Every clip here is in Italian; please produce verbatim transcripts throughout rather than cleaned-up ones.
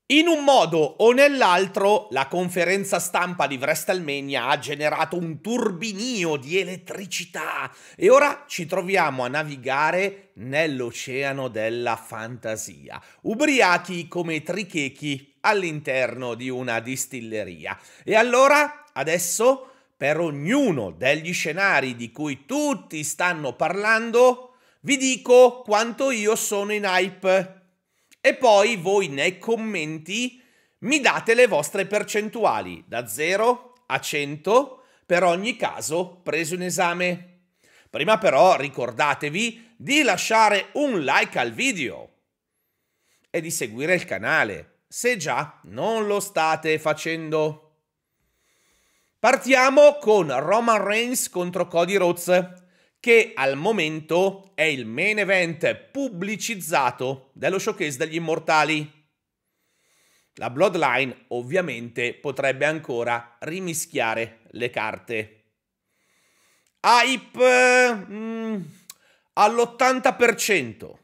In un modo o nell'altro, la conferenza stampa di WrestleMania ha generato un turbinio di elettricità e ora ci troviamo a navigare nell'oceano della fantasia, ubriachi come trichechi all'interno di una distilleria. E allora, adesso, per ognuno degli scenari di cui tutti stanno parlando, vi dico quanto io sono in hype. E poi voi nei commenti mi date le vostre percentuali da zero a cento per ogni caso preso in esame. Prima però ricordatevi di lasciare un like al video e di seguire il canale se già non lo state facendo. Partiamo con Roman Reigns contro Cody Rhodes, che al momento è il main event pubblicizzato dello showcase degli immortali. La Bloodline ovviamente potrebbe ancora rimischiare le carte. Hype mm, all'ottanta per cento.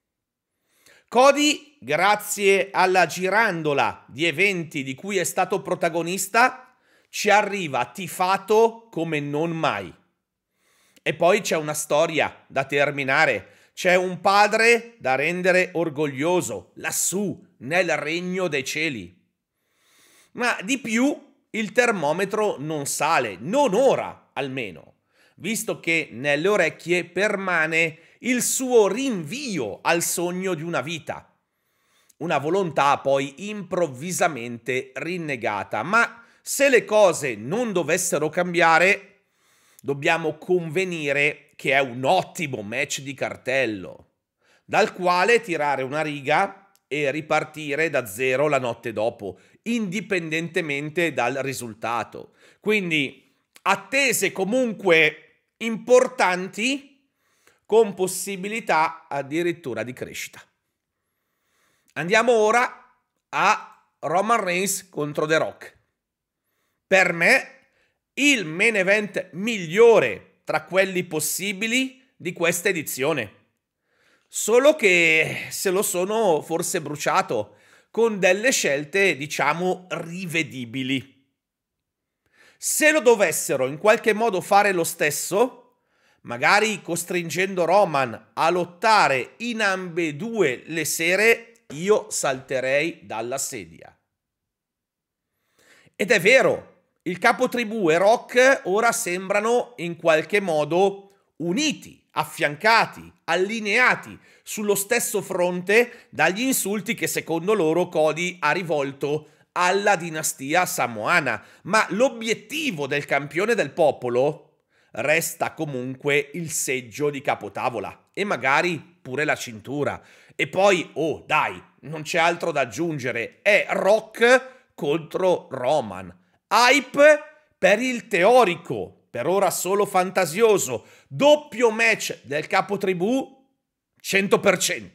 Cody, grazie alla girandola di eventi di cui è stato protagonista, ci arriva tifato come non mai. E poi c'è una storia da terminare, c'è un padre da rendere orgoglioso, lassù, nel regno dei cieli. Ma di più il termometro non sale, non ora almeno, visto che nelle orecchie permane il suo rinvio al sogno di una vita. Una volontà poi improvvisamente rinnegata, ma se le cose non dovessero cambiare, dobbiamo convenire che è un ottimo match di cartello, dal quale tirare una riga e ripartire da zero la notte dopo, indipendentemente dal risultato. Quindi attese comunque importanti, con possibilità addirittura di crescita. Andiamo ora a Roman Reigns contro The Rock. Per me il main event migliore tra quelli possibili di questa edizione. Solo che se lo sono forse bruciato con delle scelte, diciamo, rivedibili. Se lo dovessero in qualche modo fare lo stesso, magari costringendo Roman a lottare in ambedue le sere, io salterei dalla sedia. Ed è vero. Il capotribù e Rock ora sembrano in qualche modo uniti, affiancati, allineati sullo stesso fronte dagli insulti che secondo loro Cody ha rivolto alla dinastia samoana. Ma l'obiettivo del campione del popolo resta comunque il seggio di capotavola e magari pure la cintura. E poi, oh dai, non c'è altro da aggiungere, è Rock contro Roman. Hype per il teorico, per ora solo fantasioso, doppio match del capotribù, cento per cento.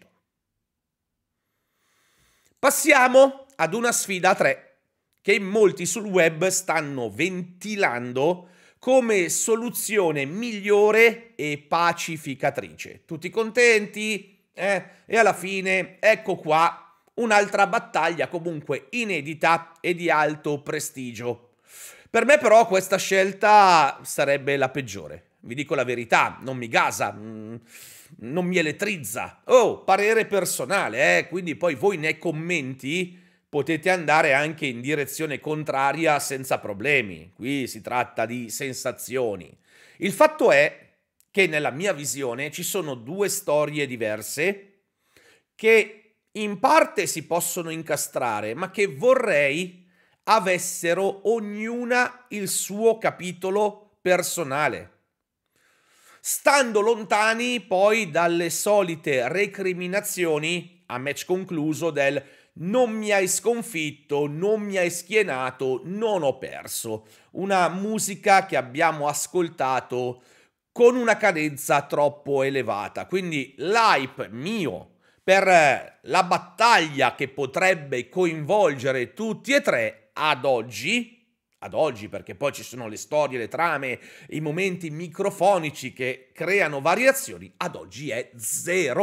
Passiamo ad una sfida a tre, che in molti sul web stanno ventilando come soluzione migliore e pacificatrice. Tutti contenti? Eh? E alla fine, ecco qua, un'altra battaglia comunque inedita e di alto prestigio. Per me però questa scelta sarebbe la peggiore. Vi dico la verità, non mi gasa, non mi elettrizza. Oh, parere personale, eh? Quindi poi voi nei commenti potete andare anche in direzione contraria senza problemi. Qui si tratta di sensazioni. Il fatto è che nella mia visione ci sono due storie diverse che in parte si possono incastrare, ma che vorrei avessero ognuna il suo capitolo personale, stando lontani poi dalle solite recriminazioni a match concluso del non mi hai sconfitto, non mi hai schienato, non ho perso. Una musica che abbiamo ascoltato con una cadenza troppo elevata. Quindi l'hype mio per la battaglia che potrebbe coinvolgere tutti e tre ad oggi, ad oggi perché poi ci sono le storie, le trame, i momenti microfonici che creano variazioni, ad oggi è zero.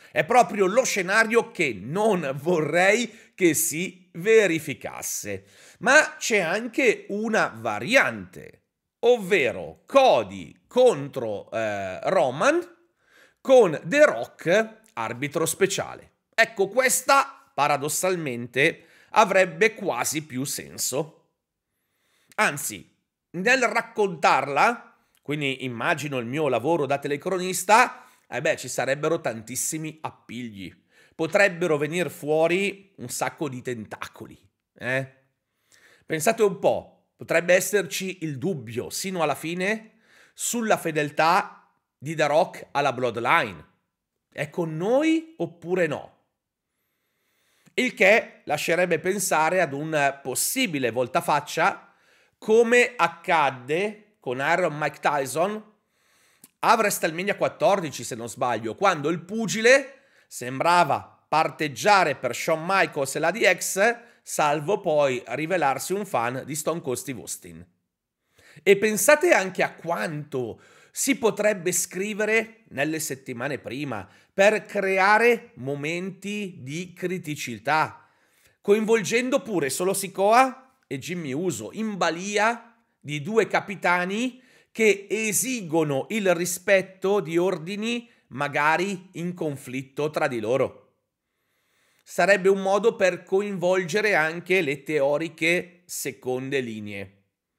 È proprio lo scenario che non vorrei che si verificasse. Ma c'è anche una variante, ovvero Cody contro eh, Roman con The Rock arbitro speciale. Ecco, questa paradossalmente avrebbe quasi più senso. Anzi, nel raccontarla, quindi immagino il mio lavoro da telecronista, eh beh, ci sarebbero tantissimi appigli. Potrebbero venire fuori un sacco di tentacoli, eh? Pensate un po', potrebbe esserci il dubbio, sino alla fine, sulla fedeltà di The Rock alla Bloodline. È con noi oppure no? Il che lascerebbe pensare ad un possibile voltafaccia come accadde con Iron Mike Tyson a WrestleMania quattordici, se non sbaglio, quando il pugile sembrava parteggiare per Shawn Michaels e la D X, salvo poi rivelarsi un fan di Stone Cold Steve Austin. E pensate anche a quanto si potrebbe scrivere nelle settimane prima per creare momenti di criticità, coinvolgendo pure Solo Sikoa e Jimmy Uso in balia di due capitani che esigono il rispetto di ordini magari in conflitto tra di loro. Sarebbe un modo per coinvolgere anche le teoriche seconde linee.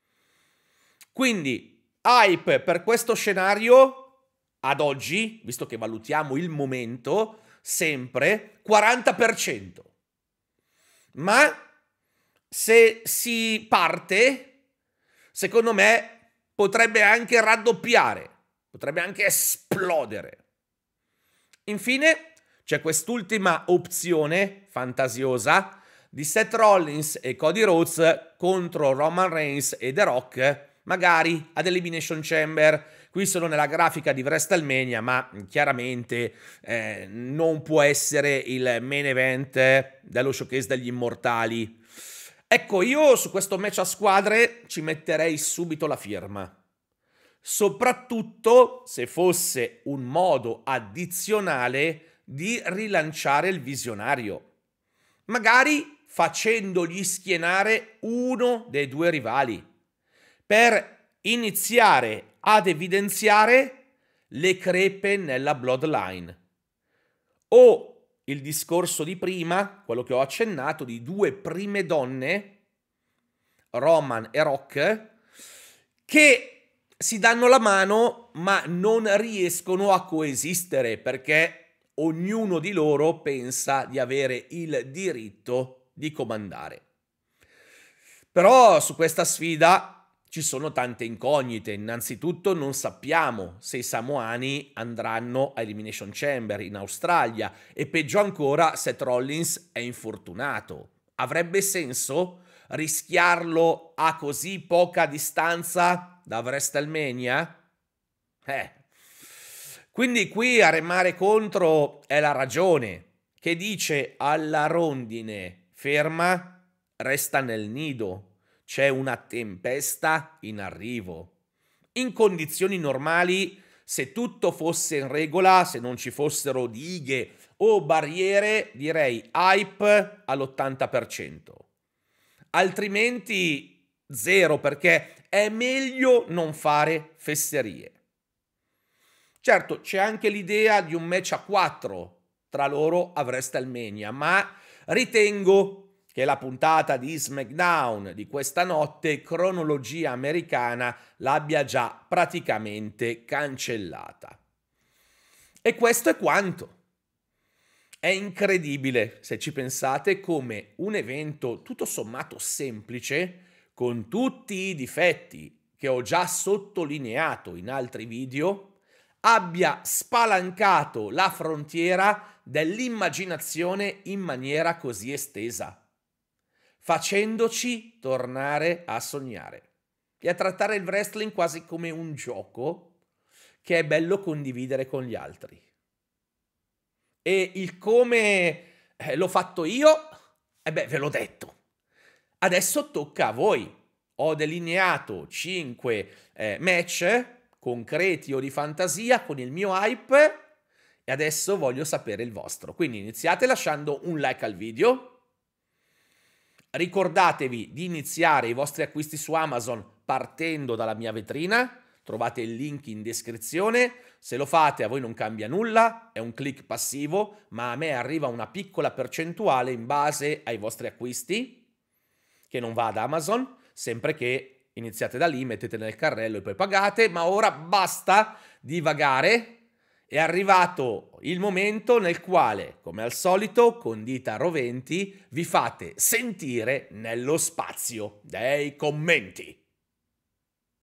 Quindi, hype per questo scenario, ad oggi, visto che valutiamo il momento, sempre quaranta per cento. Ma se si parte, secondo me, potrebbe anche raddoppiare, potrebbe anche esplodere. Infine, c'è quest'ultima opzione fantasiosa di Seth Rollins e Cody Rhodes contro Roman Reigns e The Rock, magari ad Elimination Chamber. Qui sono nella grafica di WrestleMania, ma chiaramente eh, non può essere il main event dello showcase degli immortali. Ecco, io su questo match a squadre ci metterei subito la firma. Soprattutto se fosse un modo addizionale di rilanciare il visionario. Magari facendogli schienare uno dei due rivali, per iniziare ad evidenziare le crepe nella Bloodline. O il discorso di prima, quello che ho accennato, di due prime donne, Roman e Rock, che si danno la mano ma non riescono a coesistere perché ognuno di loro pensa di avere il diritto di comandare. Però su questa sfida ci sono tante incognite. Innanzitutto non sappiamo se i samoani andranno a Elimination Chamber in Australia e peggio ancora Seth Rollins è infortunato. Avrebbe senso rischiarlo a così poca distanza da WrestleMania? Eh. Quindi qui a remare contro è la ragione che dice alla rondine ferma, resta nel nido. C'è una tempesta in arrivo. In condizioni normali, se tutto fosse in regola, se non ci fossero dighe o barriere, direi hype all'ottanta per cento. Altrimenti zero, perché è meglio non fare fesserie. Certo, c'è anche l'idea di un match a quattro tra loro a WrestleMania, ma ritengo che la puntata di SmackDown di questa notte, cronologia americana, l'abbia già praticamente cancellata. E questo è quanto. È incredibile, se ci pensate, come un evento tutto sommato semplice, con tutti i difetti che ho già sottolineato in altri video, abbia spalancato la frontiera dell'immaginazione in maniera così estesa, facendoci tornare a sognare e a trattare il wrestling quasi come un gioco che è bello condividere con gli altri. E il come eh, l'ho fatto io, e eh beh, ve l'ho detto. Adesso tocca a voi. Ho delineato cinque eh, match concreti o di fantasia con il mio hype. e adesso voglio sapere il vostro. Quindi iniziate lasciando un like al video. Ricordatevi di iniziare i vostri acquisti su Amazon partendo dalla mia vetrina, trovate il link in descrizione. Se lo fate a voi non cambia nulla, è un click passivo, ma a me arriva una piccola percentuale in base ai vostri acquisti, che non va ad Amazon, sempre che iniziate da lì, mettete nel carrello e poi pagate. Ma ora basta divagare. È arrivato il momento nel quale, come al solito, con dita roventi, vi fate sentire nello spazio dei commenti.